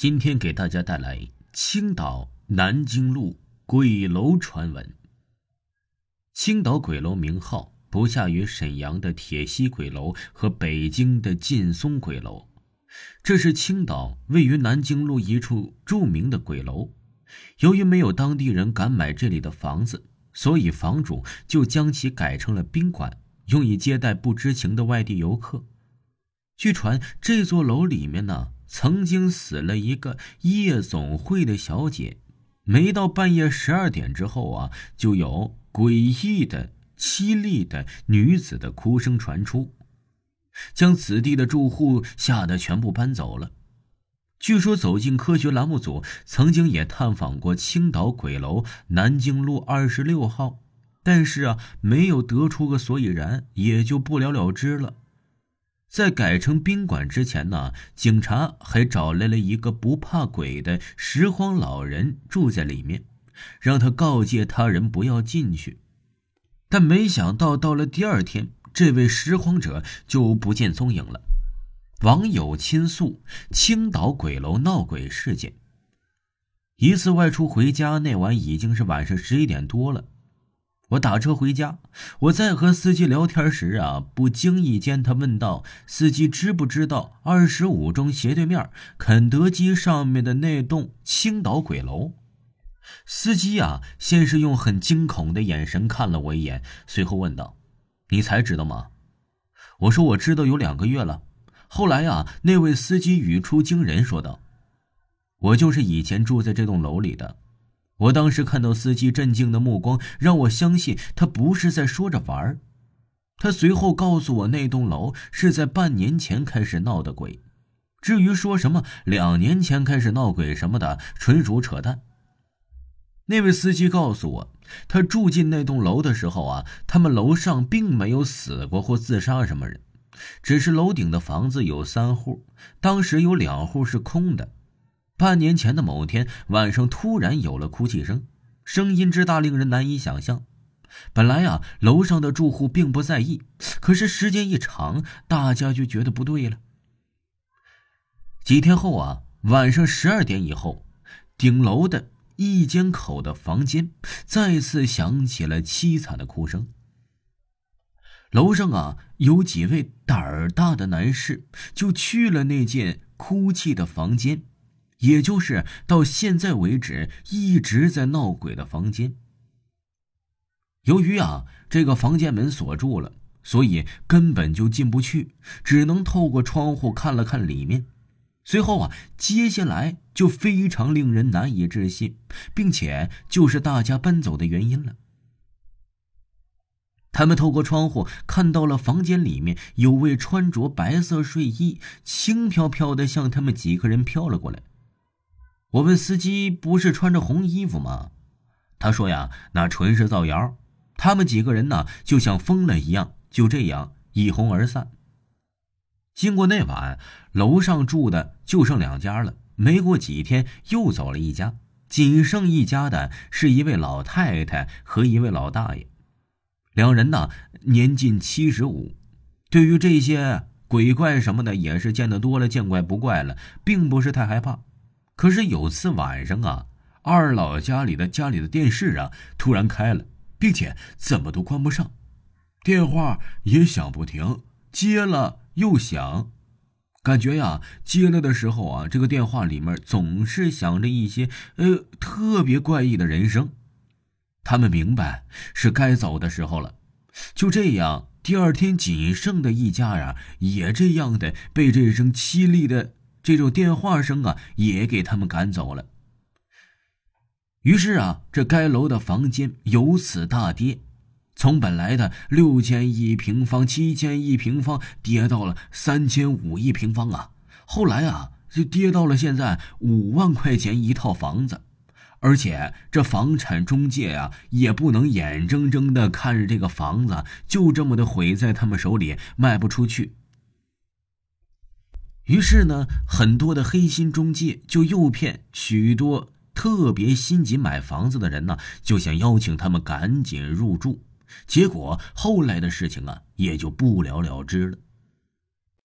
今天给大家带来青岛南京路鬼楼传闻。青岛鬼楼名号不下于沈阳的铁西鬼楼和北京的劲松鬼楼，这是青岛位于南京路一处著名的鬼楼。由于没有当地人敢买这里的房子，所以房主就将其改成了宾馆，用以接待不知情的外地游客。据传这座楼里面呢，曾经死了一个夜总会的小姐，每到半夜12点之后啊，就有诡异的凄厉的女子的哭声传出，将此地的住户吓得全部搬走了。据说走进科学栏目组曾经也探访过青岛鬼楼南京路26号，但是没有得出个所以然，也就不了了之了。在改成宾馆之前呢，警察还找来了一个不怕鬼的拾荒老人住在里面，让他告诫他人不要进去。但没想到到了第二天，这位拾荒者就不见踪影了。网友倾诉青岛鬼楼闹鬼事件。一次外出回家，那晚已经是晚上11点多了。我打车回家，我在和司机聊天时不经意间他问道，司机知不知道25中斜对面肯德基上面的那栋青岛鬼楼？司机先是用很惊恐的眼神看了我一眼，随后问道，你才知道吗？我说我知道有2个月了。后来那位司机语出惊人说道，我就是以前住在这栋楼里的。我当时看到司机震惊的目光，让我相信他不是在说着玩。他随后告诉我，那栋楼是在半年前开始闹的鬼，至于说什么2年前开始闹鬼什么的，纯属扯淡。那位司机告诉我，他住进那栋楼的时候他们楼上并没有死过或自杀什么人，只是楼顶的房子有3户，当时有2户是空的。半年前的某天晚上，突然有了哭泣声，声音之大令人难以想象。本来楼上的住户并不在意，可是时间一长，大家就觉得不对了。几天后晚上12点以后，顶楼的一间口的房间再次响起了凄惨的哭声。楼上有几位胆儿大的男士就去了那间哭泣的房间，也就是到现在为止一直在闹鬼的房间。由于这个房间门锁住了，所以根本就进不去，只能透过窗户看了看里面。随后接下来就非常令人难以置信，并且就是大家搬走的原因了。他们透过窗户看到了房间里面有位穿着白色睡衣，轻飘飘的向他们几个人飘了过来。我问司机，不是穿着红衣服吗？他说那纯是造谣。他们几个人就像疯了一样，就这样一哄而散。经过那晚，楼上住的就剩2家了，没过几天又走了1家，仅剩1家的是一位老太太和一位老大爷。2人年近75，对于这些鬼怪什么的也是见得多了，见怪不怪了，并不是太害怕。可是有次晚上二老家里的电视突然开了，并且怎么都关不上，电话也响不停，接了又响，感觉接了的时候这个电话里面总是响着一些特别怪异的人声。他们明白是该走的时候了。就这样，第二天仅剩的1家也这样的被这声凄厉的这种电话声也给他们赶走了。于是这该楼的房间由此大跌，从本来的6000平方、7000平方跌到了3500平方后来就跌到了现在5万块钱一套房子。而且这房产中介也不能眼睁睁的看着这个房子就这么的毁在他们手里，卖不出去。于是呢，很多的黑心中介就诱骗许多特别心急买房子的人就想邀请他们赶紧入住。结果后来的事情也就不了了之了。